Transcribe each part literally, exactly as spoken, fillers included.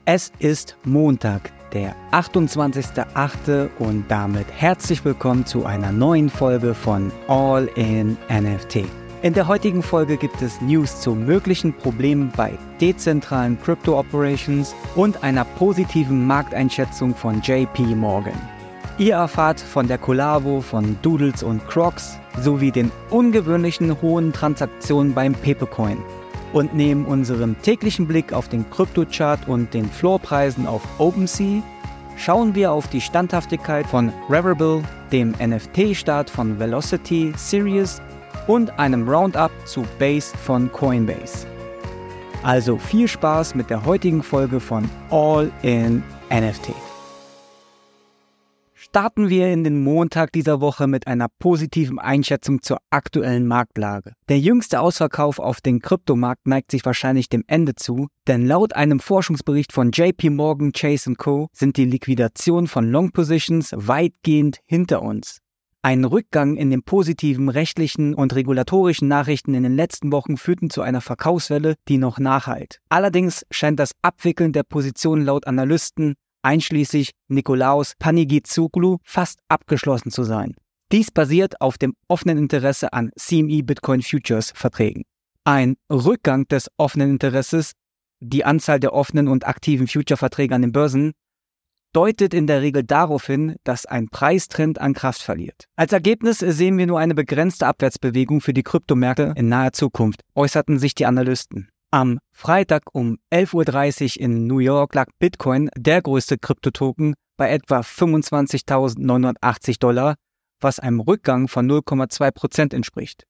Es ist Montag, der achtundzwanzigster achte und damit herzlich willkommen zu einer neuen Folge von All in N F T. In der heutigen Folge gibt es News zu möglichen Problemen bei dezentralen Crypto-Operations und einer positiven Markteinschätzung von J P Morgan. Ihr erfahrt von der Kollabo von Doodles und Crocs sowie den ungewöhnlichen hohen Transaktionen beim Pepecoin. Und neben unserem täglichen Blick auf den Kryptochart und den Floorpreisen auf OpenSea schauen wir auf die Standhaftigkeit von Rarible, dem N F T-Start von Velocity, Sirius und einem Roundup zu Base von Coinbase. Also viel Spaß mit der heutigen Folge von All in N F T. Starten wir in den Montag dieser Woche mit einer positiven Einschätzung zur aktuellen Marktlage. Der jüngste Ausverkauf auf den Kryptomarkt neigt sich wahrscheinlich dem Ende zu, denn laut einem Forschungsbericht von J P Morgan Chase and Co. sind die Liquidationen von Long Positions weitgehend hinter uns. Ein Rückgang in den positiven rechtlichen und regulatorischen Nachrichten in den letzten Wochen führten zu einer Verkaufswelle, die noch nachhallt. Allerdings scheint das Abwickeln der Positionen laut Analysten einschließlich Nikolaos Panigizoglou, fast abgeschlossen zu sein. Dies basiert auf dem offenen Interesse an C M E Bitcoin Futures Verträgen. Ein Rückgang des offenen Interesses, die Anzahl der offenen und aktiven Future-Verträge an den Börsen, deutet in der Regel darauf hin, dass ein Preistrend an Kraft verliert. Als Ergebnis sehen wir nur eine begrenzte Abwärtsbewegung für die Kryptomärkte in naher Zukunft, äußerten sich die Analysten. Am Freitag um elf Uhr dreißig in New York lag Bitcoin, der größte Kryptotoken, bei etwa fünfundzwanzigtausendneunhundertachtzig Dollar, was einem Rückgang von null Komma zwei Prozent entspricht.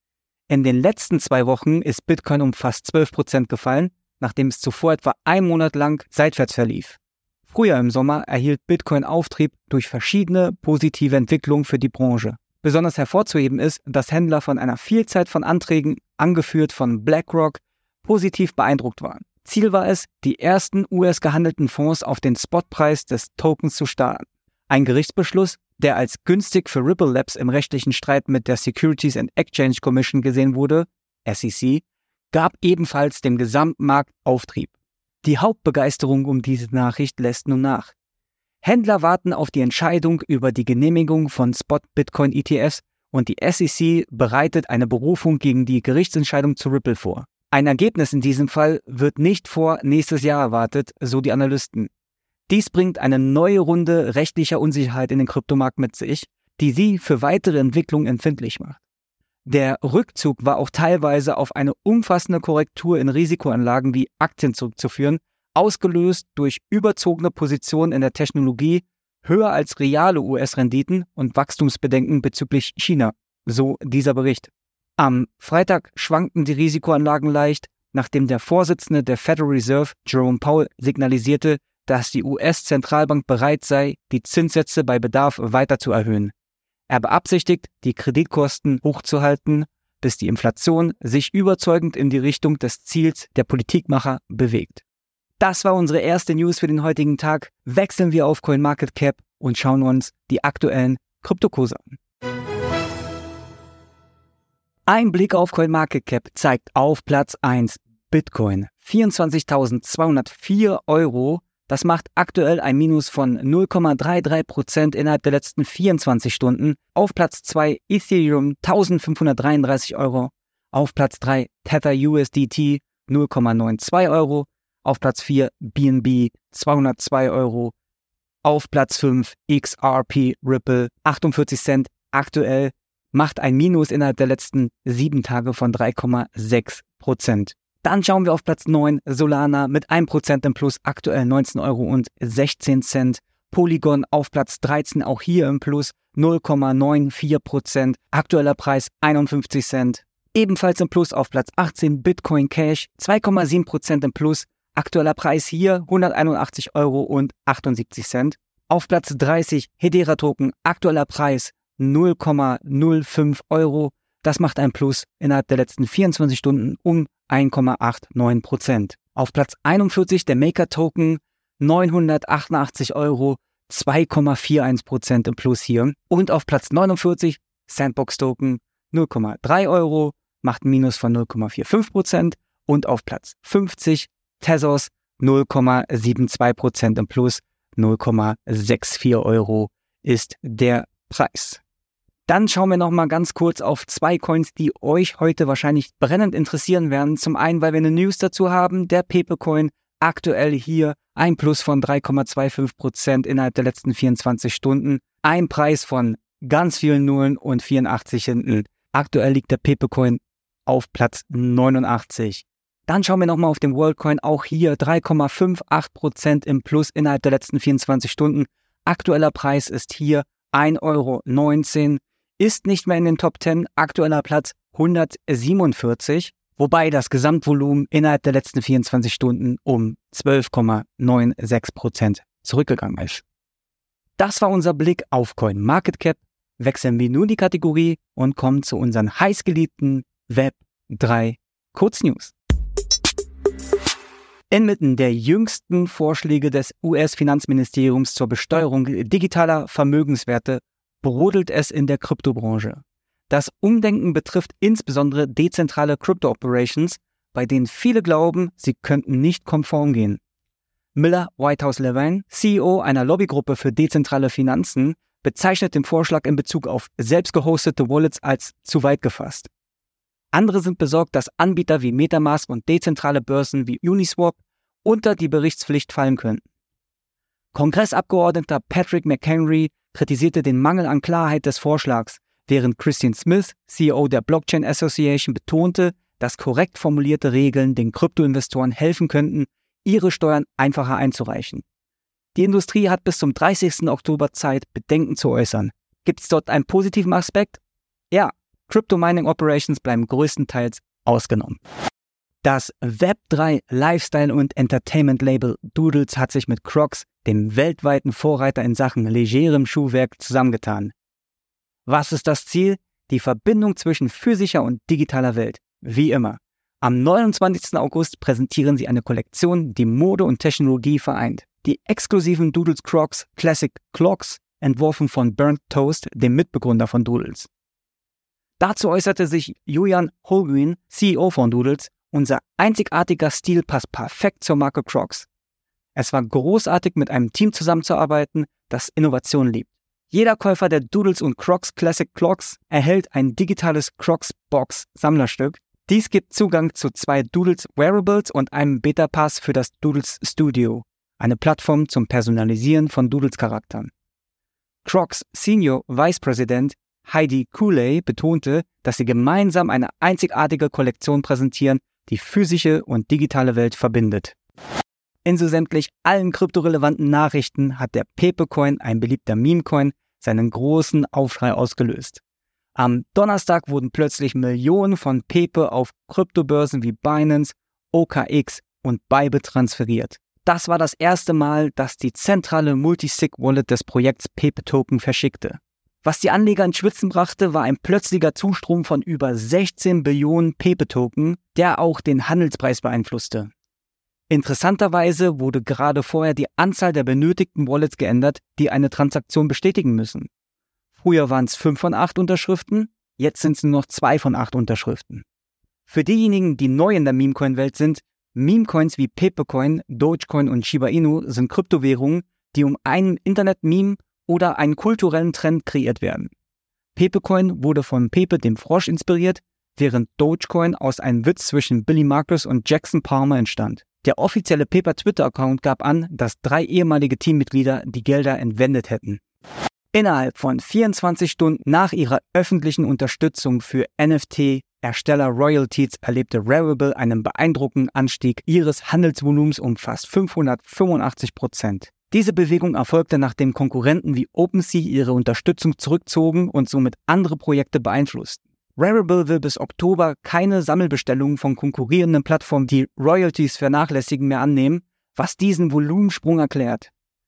In den letzten zwei Wochen ist Bitcoin um fast zwölf Prozent gefallen, nachdem es zuvor etwa einen Monat lang seitwärts verlief. Früher im Sommer erhielt Bitcoin Auftrieb durch verschiedene positive Entwicklungen für die Branche. Besonders hervorzuheben ist, dass Händler von einer Vielzahl von Anträgen, angeführt von BlackRock, positiv beeindruckt waren. Ziel war es, die ersten U S gehandelten Fonds auf den Spotpreis des Tokens zu starten. Ein Gerichtsbeschluss, der als günstig für Ripple Labs im rechtlichen Streit mit der Securities and Exchange Commission gesehen wurde, S E C, gab ebenfalls dem Gesamtmarkt Auftrieb. Die Hauptbegeisterung um diese Nachricht lässt nun nach. Händler warten auf die Entscheidung über die Genehmigung von Spot-Bitcoin-E T Fs und die S E C bereitet eine Berufung gegen die Gerichtsentscheidung zu Ripple vor. Ein Ergebnis in diesem Fall wird nicht vor nächstes Jahr erwartet, so die Analysten. Dies bringt eine neue Runde rechtlicher Unsicherheit in den Kryptomarkt mit sich, die sie für weitere Entwicklungen empfindlich macht. Der Rückzug war auch teilweise auf eine umfassende Korrektur in Risikoanlagen wie Aktien zurückzuführen, ausgelöst durch überzogene Positionen in der Technologie, höher als reale U S-Renditen und Wachstumsbedenken bezüglich China, so dieser Bericht. Am Freitag schwankten die Risikoanlagen leicht, nachdem der Vorsitzende der Federal Reserve, Jerome Powell, signalisierte, dass die U S-Zentralbank bereit sei, die Zinssätze bei Bedarf weiter zu erhöhen. Er beabsichtigt, die Kreditkosten hochzuhalten, bis die Inflation sich überzeugend in die Richtung des Ziels der Politikmacher bewegt. Das war unsere erste News für den heutigen Tag. Wechseln wir auf CoinMarketCap und schauen uns die aktuellen Kryptokurse an. Ein Blick auf CoinMarketCap zeigt auf Platz eins Bitcoin, vierundzwanzigtausendzweihundertvier Euro. Das macht aktuell ein Minus von null Komma dreiunddreißig Prozent innerhalb der letzten vierundzwanzig Stunden. Auf Platz zwei Ethereum eintausendfünfhundertdreiunddreißig Euro. Auf Platz drei Tether U S D T null Komma zweiundneunzig Euro. Auf Platz vier B N B zweihundertzwei Euro. Auf Platz fünf X R P Ripple achtundvierzig Cent. Aktuell macht ein Minus innerhalb der letzten sieben Tage von drei Komma sechs Prozent. Dann schauen wir auf Platz neun Solana mit ein Prozent im Plus, aktuell neunzehn Euro und sechzehn Cent. Polygon auf Platz dreizehn, auch hier im Plus, null Komma vierundneunzig Prozent, aktueller Preis einundfünfzig Cent. Ebenfalls im Plus auf Platz achtzehn Bitcoin Cash, zwei Komma sieben Prozent im Plus, aktueller Preis hier hunderteinundachtzig Euro und achtundsiebzig Cent. Auf Platz dreißig Hedera Token, aktueller Preis null Komma null fünf Euro. Das macht ein Plus innerhalb der letzten vierundzwanzig Stunden um ein Komma neunundachtzig Prozent. Auf Platz einundvierzig der Maker Token neunhundertachtundachtzig Euro, zwei Komma einundvierzig Prozent im Plus hier. Und auf Platz neunundvierzig Sandbox Token null Komma drei Euro, macht ein Minus von null Komma fünfundvierzig Prozent. Und auf Platz fünfzig Tezos null Komma zweiundsiebzig Prozent im Plus, null Komma vierundsechzig Euro ist der Preis. Dann schauen wir nochmal ganz kurz auf zwei Coins, die euch heute wahrscheinlich brennend interessieren werden. Zum einen, weil wir eine News dazu haben, der Pepe-Coin aktuell hier ein Plus von drei Komma fünfundzwanzig Prozent innerhalb der letzten vierundzwanzig Stunden. Ein Preis von ganz vielen Nullen und vierundachtzig hinten. Aktuell liegt der Pepe-Coin auf Platz neunundachtzig. Dann schauen wir nochmal auf den Worldcoin, auch hier drei Komma achtzig Prozent im Plus innerhalb der letzten vierundzwanzig Stunden. Aktueller Preis ist hier ein Euro neunzehn, ist nicht mehr in den Top zehn, aktueller Platz hundertsiebenundvierzig, wobei das Gesamtvolumen innerhalb der letzten vierundzwanzig Stunden um zwölf Komma sechsundneunzig Prozent zurückgegangen ist. Das war unser Blick auf CoinMarketCap. Wechseln wir nun die Kategorie und kommen zu unseren heißgeliebten Web drei Kurznews. Inmitten der jüngsten Vorschläge des U S-Finanzministeriums zur Besteuerung digitaler Vermögenswerte brodelt es in der Kryptobranche. Das Umdenken betrifft insbesondere dezentrale Crypto-Operations, bei denen viele glauben, sie könnten nicht konform gehen. Miller Whitehouse Levine, C E O einer Lobbygruppe für dezentrale Finanzen, bezeichnet den Vorschlag in Bezug auf selbst gehostete Wallets als zu weit gefasst. Andere sind besorgt, dass Anbieter wie MetaMask und dezentrale Börsen wie Uniswap unter die Berichtspflicht fallen könnten. Kongressabgeordneter Patrick McHenry kritisierte den Mangel an Klarheit des Vorschlags, während Christian Smith, C E O der Blockchain Association, betonte, dass korrekt formulierte Regeln den Kryptoinvestoren helfen könnten, ihre Steuern einfacher einzureichen. Die Industrie hat bis zum dreißigsten Oktober Zeit, Bedenken zu äußern. Gibt es dort einen positiven Aspekt? Ja, Crypto-Mining Operations bleiben größtenteils ausgenommen. Das Web drei Lifestyle- und Entertainment-Label Doodles hat sich mit Crocs, dem weltweiten Vorreiter in Sachen legerem Schuhwerk, zusammengetan. Was ist das Ziel? Die Verbindung zwischen physischer und digitaler Welt. Wie immer. Am neunundzwanzigsten August präsentieren sie eine Kollektion, die Mode und Technologie vereint. Die exklusiven Doodles Crocs Classic Clogs, entworfen von Burnt Toast, dem Mitbegründer von Doodles. Dazu äußerte sich Julian Holguin, C E O von Doodles: Unser einzigartiger Stil passt perfekt zur Marke Crocs. Es war großartig, mit einem Team zusammenzuarbeiten, das Innovation liebt. Jeder Käufer der Doodles und Crocs Classic Clogs erhält ein digitales Crocs Box Sammlerstück. Dies gibt Zugang zu zwei Doodles Wearables und einem Beta-Pass für das Doodles Studio, eine Plattform zum Personalisieren von Doodles Charakteren. Crocs Senior Vice President Heidi Cooley betonte, dass sie gemeinsam eine einzigartige Kollektion präsentieren, die physische und digitale Welt verbindet. In so sämtlich allen kryptorelevanten Nachrichten hat der Pepe-Coin, ein beliebter Meme-Coin, seinen großen Aufschrei ausgelöst. Am Donnerstag wurden plötzlich Millionen von Pepe auf Kryptobörsen wie Binance, O K X und Bybit transferiert. Das war das erste Mal, dass die zentrale Multisig-Wallet des Projekts Pepe-Token verschickte. Was die Anleger ins Schwitzen brachte, war ein plötzlicher Zustrom von über sechzehn Billionen Pepe-Token, der auch den Handelspreis beeinflusste. Interessanterweise wurde gerade vorher die Anzahl der benötigten Wallets geändert, die eine Transaktion bestätigen müssen. Früher waren es fünf von acht Unterschriften, jetzt sind es nur noch zwei von acht Unterschriften. Für diejenigen, die neu in der Meme-Coin-Welt sind, Meme-Coins wie Pepe-Coin, Dogecoin und Shiba Inu sind Kryptowährungen, die um einen Internet-Meme oder einen kulturellen Trend kreiert werden. Pepe-Coin wurde von Pepe dem Frosch inspiriert, während Dogecoin aus einem Witz zwischen Billy Marcus und Jackson Palmer entstand. Der offizielle Pepe-Twitter-Account gab an, dass drei ehemalige Teammitglieder die Gelder entwendet hätten. Innerhalb von vierundzwanzig Stunden nach ihrer öffentlichen Unterstützung für N F T-Ersteller Royalties erlebte Rarible einen beeindruckenden Anstieg ihres Handelsvolumens um fast fünfhundertfünfundachtzig Prozent. Diese Bewegung erfolgte, nachdem Konkurrenten wie OpenSea ihre Unterstützung zurückzogen und somit andere Projekte beeinflussten. Rarible will bis Oktober keine Sammelbestellungen von konkurrierenden Plattformen, die Royalties vernachlässigen, mehr annehmen, was diesen Volumensprung erklärt.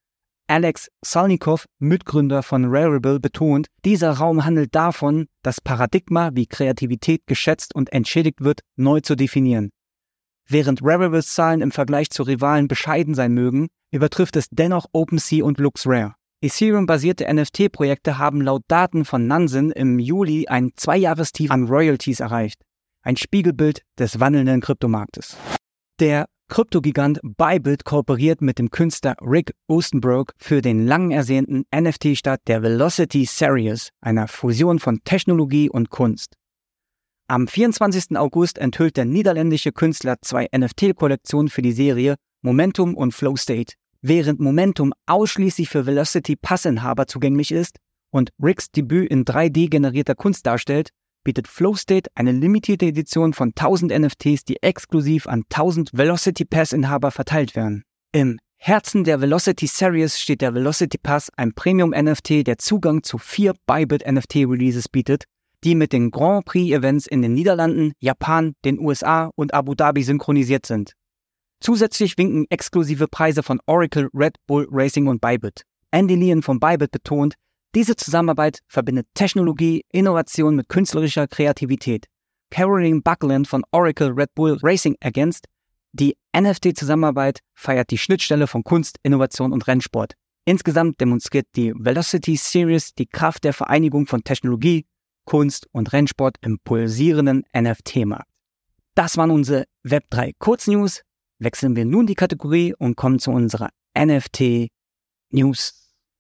Alex Salnikov, Mitgründer von Rarible, betont, dieser Raum handelt davon, das Paradigma, wie Kreativität geschätzt und entschädigt wird, neu zu definieren. Während Raribles Zahlen im Vergleich zu Rivalen bescheiden sein mögen, übertrifft es dennoch OpenSea und LuxRare. Ethereum-basierte N F T-Projekte haben laut Daten von Nansen im Juli ein Zweijahrestief an Royalties erreicht. Ein Spiegelbild des wandelnden Kryptomarktes. Der Kryptogigant Bybit kooperiert mit dem Künstler Rick Oostenbrugg für den lang ersehnten N F T-Start der Velocity Series, einer Fusion von Technologie und Kunst. Am vierundzwanzigsten August enthüllt der niederländische Künstler zwei N F T-Kollektionen für die Serie Momentum und Flow State. Während Momentum ausschließlich für Velocity Passinhaber zugänglich ist und Ricks Debüt in drei D generierter Kunst darstellt, bietet Flow State eine limitierte Edition von tausend N F Ts, die exklusiv an tausend Velocity Pass-Inhaber verteilt werden. Im Herzen der Velocity Series steht der Velocity Pass, ein Premium-N F T, der Zugang zu vier Bybit N F T-Releases bietet, die mit den Grand Prix-Events in den Niederlanden, Japan, den U S A und Abu Dhabi synchronisiert sind. Zusätzlich winken exklusive Preise von Oracle, Red Bull Racing und Bybit. Andy Leon von Bybit betont, diese Zusammenarbeit verbindet Technologie, Innovation mit künstlerischer Kreativität. Caroline Buckland von Oracle Red Bull Racing ergänzt, die N F T-Zusammenarbeit feiert die Schnittstelle von Kunst, Innovation und Rennsport. Insgesamt demonstriert die Velocity Series die Kraft der Vereinigung von Technologie, Kunst und Rennsport im pulsierenden N F T-Markt. Das waren unsere Web drei Kurznews. Wechseln wir nun die Kategorie und kommen zu unserer N F T-News.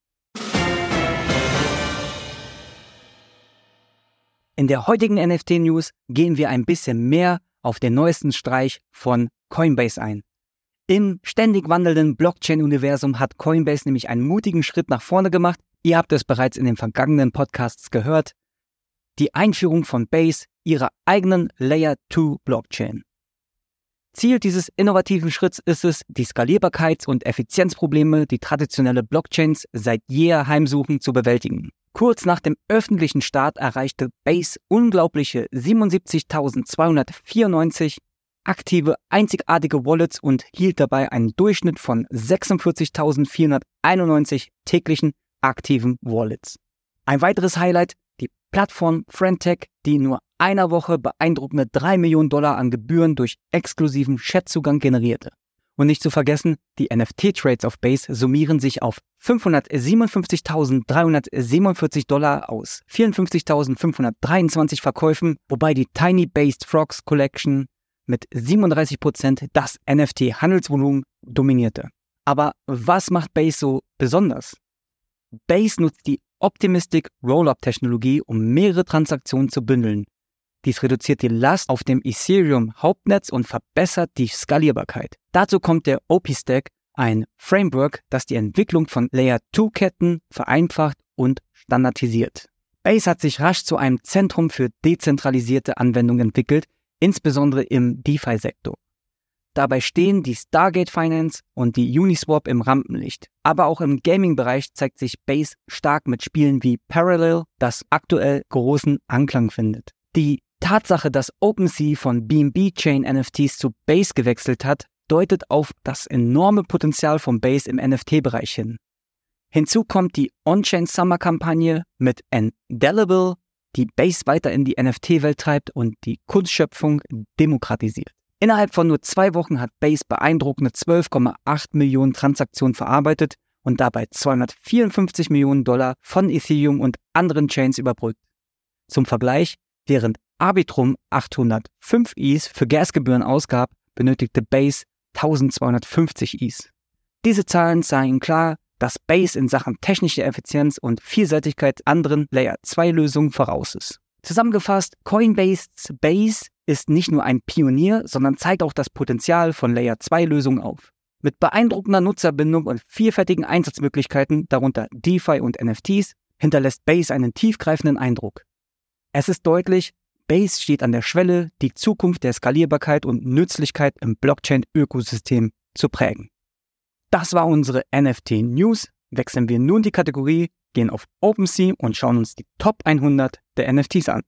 In der heutigen N F T-News gehen wir ein bisschen mehr auf den neuesten Streich von Coinbase ein. Im ständig wandelnden Blockchain-Universum hat Coinbase nämlich einen mutigen Schritt nach vorne gemacht. Ihr habt es bereits in den vergangenen Podcasts gehört. Die Einführung von Base, ihrer eigenen Layer zwei Blockchain. Ziel dieses innovativen Schritts ist es, die Skalierbarkeits- und Effizienzprobleme, die traditionelle Blockchains seit jeher heimsuchen, zu bewältigen. Kurz nach dem öffentlichen Start erreichte Base unglaubliche siebenundsiebzigtausendzweihundertvierundneunzig aktive, einzigartige Wallets und hielt dabei einen Durchschnitt von sechsundvierzigtausendvierhunderteinundneunzig täglichen aktiven Wallets. Ein weiteres Highlight, die Plattform Friendtech, die in nur einer Woche beeindruckende drei Millionen Dollar an Gebühren durch exklusiven Chatzugang generierte. Und nicht zu vergessen, die N F T-Trades auf Base summieren sich auf fünfhundertsiebenundfünfzigtausenddreihundertsiebenundvierzig Dollar aus vierundfünfzigtausendfünfhundertdreiundzwanzig Verkäufen, wobei die Tiny Based Frogs Collection mit siebenunddreißig Prozent das N F T-Handelsvolumen dominierte. Aber was macht Base so besonders? Base nutzt die Optimistic Rollup-Technologie, um mehrere Transaktionen zu bündeln. Dies reduziert die Last auf dem Ethereum-Hauptnetz und verbessert die Skalierbarkeit. Dazu kommt der O P-Stack, ein Framework, das die Entwicklung von Layer zwei Ketten vereinfacht und standardisiert. Base hat sich rasch zu einem Zentrum für dezentralisierte Anwendungen entwickelt, insbesondere im DeFi-Sektor. Dabei stehen die Stargate Finance und die Uniswap im Rampenlicht. Aber auch im Gaming-Bereich zeigt sich Base stark mit Spielen wie Parallel, das aktuell großen Anklang findet. Die Tatsache, dass OpenSea von B N B Chain N F Ts zu Base gewechselt hat, deutet auf das enorme Potenzial von Base im N F T-Bereich hin. Hinzu kommt die On-Chain Summer-Kampagne mit Indelible, die Base weiter in die N F T-Welt treibt und die Kunstschöpfung demokratisiert. Innerhalb von nur zwei Wochen hat Base beeindruckende zwölf Komma acht Millionen Transaktionen verarbeitet und dabei zweihundertvierundfünfzig Millionen Dollar von Ethereum und anderen Chains überbrückt. Zum Vergleich, während Arbitrum achthundertfünf E T H für Gasgebühren ausgab, benötigte Base eintausendzweihundertfünfzig E T H. Diese Zahlen zeigen klar, dass Base in Sachen technische Effizienz und Vielseitigkeit anderen Layer zwei Lösungen voraus ist. Zusammengefasst, Coinbase's Base ist nicht nur ein Pionier, sondern zeigt auch das Potenzial von Layer zwei Lösungen auf. Mit beeindruckender Nutzerbindung und vielfältigen Einsatzmöglichkeiten, darunter DeFi und N F Ts, hinterlässt Base einen tiefgreifenden Eindruck. Es ist deutlich, Base steht an der Schwelle, die Zukunft der Skalierbarkeit und Nützlichkeit im Blockchain-Ökosystem zu prägen. Das war unsere N F T-News. Wechseln wir nun die Kategorie, gehen auf OpenSea und schauen uns die Top hundert der N F Ts an.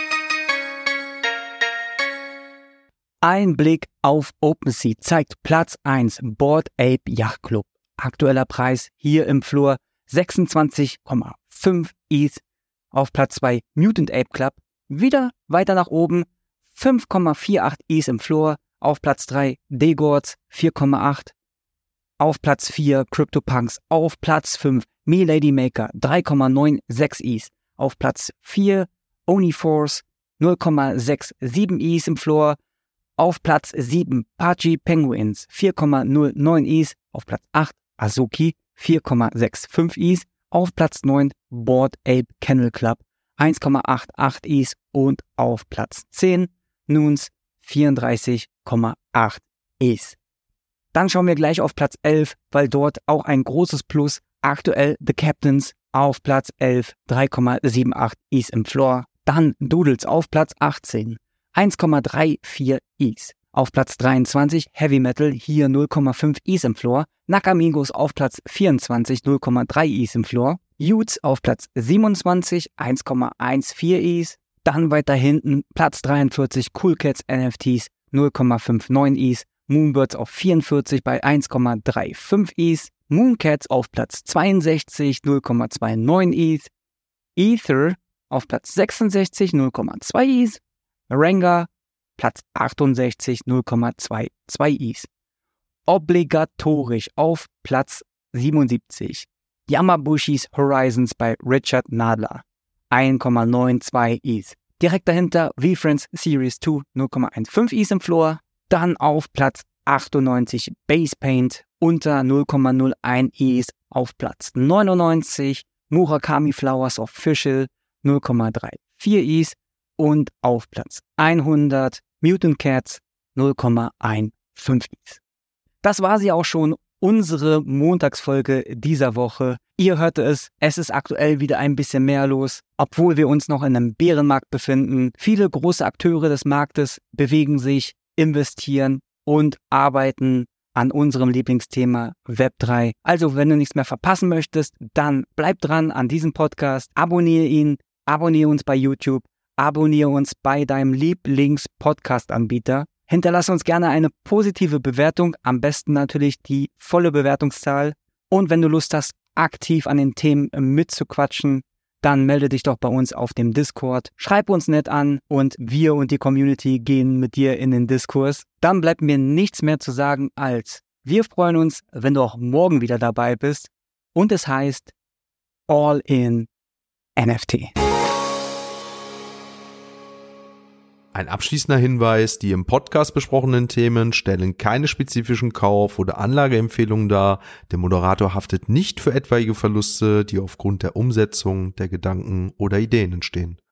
Ein Blick auf OpenSea zeigt Platz eins Bored Ape Yacht Club. Aktueller Preis hier im Floor sechsundzwanzig Komma fünf E T H. Auf Platz zwei Mutant Ape Club. Wieder weiter nach oben fünf Komma achtzig E T H im Floor. Auf Platz drei Degords vier Komma acht. Auf Platz vier CryptoPunks. Auf Platz fünf MeLady Maker drei Komma sechsundneunzig E T H. Auf Platz vier Oniforce null Komma siebenundsechzig E T H im Floor. Auf Platz sieben Pudgy Penguins vier Komma null neun Is. Auf Platz acht Azuki vier Komma fünfundsechzig Is. Auf Platz neun Bored Ape Kennel Club eins Komma achtzig Is. Und auf Platz zehn Nuns vierunddreißig Komma acht Is. Dann schauen wir gleich auf Platz elf, weil dort auch ein großes Plus. Aktuell The Captains auf Platz elf, drei Komma achtzig Is im Floor. Dann Doodles auf Platz achtzehn, eins Komma vierunddreißig Is. Auf Platz dreiundzwanzig Heavy Metal, hier null Komma fünf Is im Floor. Nakamigos auf Platz vierundzwanzig, null Komma drei Is im Floor. Utes auf Platz siebenundzwanzig, eins Komma vierzehn Is. Dann weiter hinten Platz dreiundvierzig Cool Cats N F Ts, null Komma neunundfünfzig Is. Moonbirds auf vierundvierzig bei eins Komma fünfunddreißig Is. Mooncats auf Platz zweiundsechzig, null Komma neunundzwanzig Is. Ether auf Platz sechsundsechzig, null Komma zwei Is. Ranga Platz achtundsechzig, null Komma zweiundzwanzig Is. Obligatorisch auf Platz siebenundsiebzig. Yamabushis Horizons bei Richard Nadler, eins Komma zweiundneunzig Is. Direkt dahinter V-Friends Series zwei, null Komma fünfzehn Is im Floor. Dann auf Platz achtundneunzig Base Paint unter null Komma null eins Is. Auf Platz neunundneunzig Murakami Flowers Official null Komma vierunddreißig Is. Und auf Platz hundert Mutant Cats null Komma fünfzehn Is. Das war sie auch schon, unsere Montagsfolge dieser Woche. Ihr hörte es, es ist aktuell wieder ein bisschen mehr los, obwohl wir uns noch in einem Bärenmarkt befinden. Viele große Akteure des Marktes bewegen sich, investieren und arbeiten an unserem Lieblingsthema Web drei. Also, wenn du nichts mehr verpassen möchtest, dann bleib dran an diesem Podcast, abonniere ihn, abonniere uns bei YouTube, abonniere uns bei deinem Lieblings-Podcast-Anbieter. Hinterlasse uns gerne eine positive Bewertung, am besten natürlich die volle Bewertungszahl. Und wenn du Lust hast, aktiv an den Themen mitzuquatschen, dann melde dich doch bei uns auf dem Discord. Schreib uns nett an und wir und die Community gehen mit dir in den Diskurs. Dann bleibt mir nichts mehr zu sagen als wir freuen uns, wenn du auch morgen wieder dabei bist. Und es heißt All in N F T. Ein abschließender Hinweis, die im Podcast besprochenen Themen stellen keine spezifischen Kauf- oder Anlageempfehlungen dar. Der Moderator haftet nicht für etwaige Verluste, die aufgrund der Umsetzung der Gedanken oder Ideen entstehen.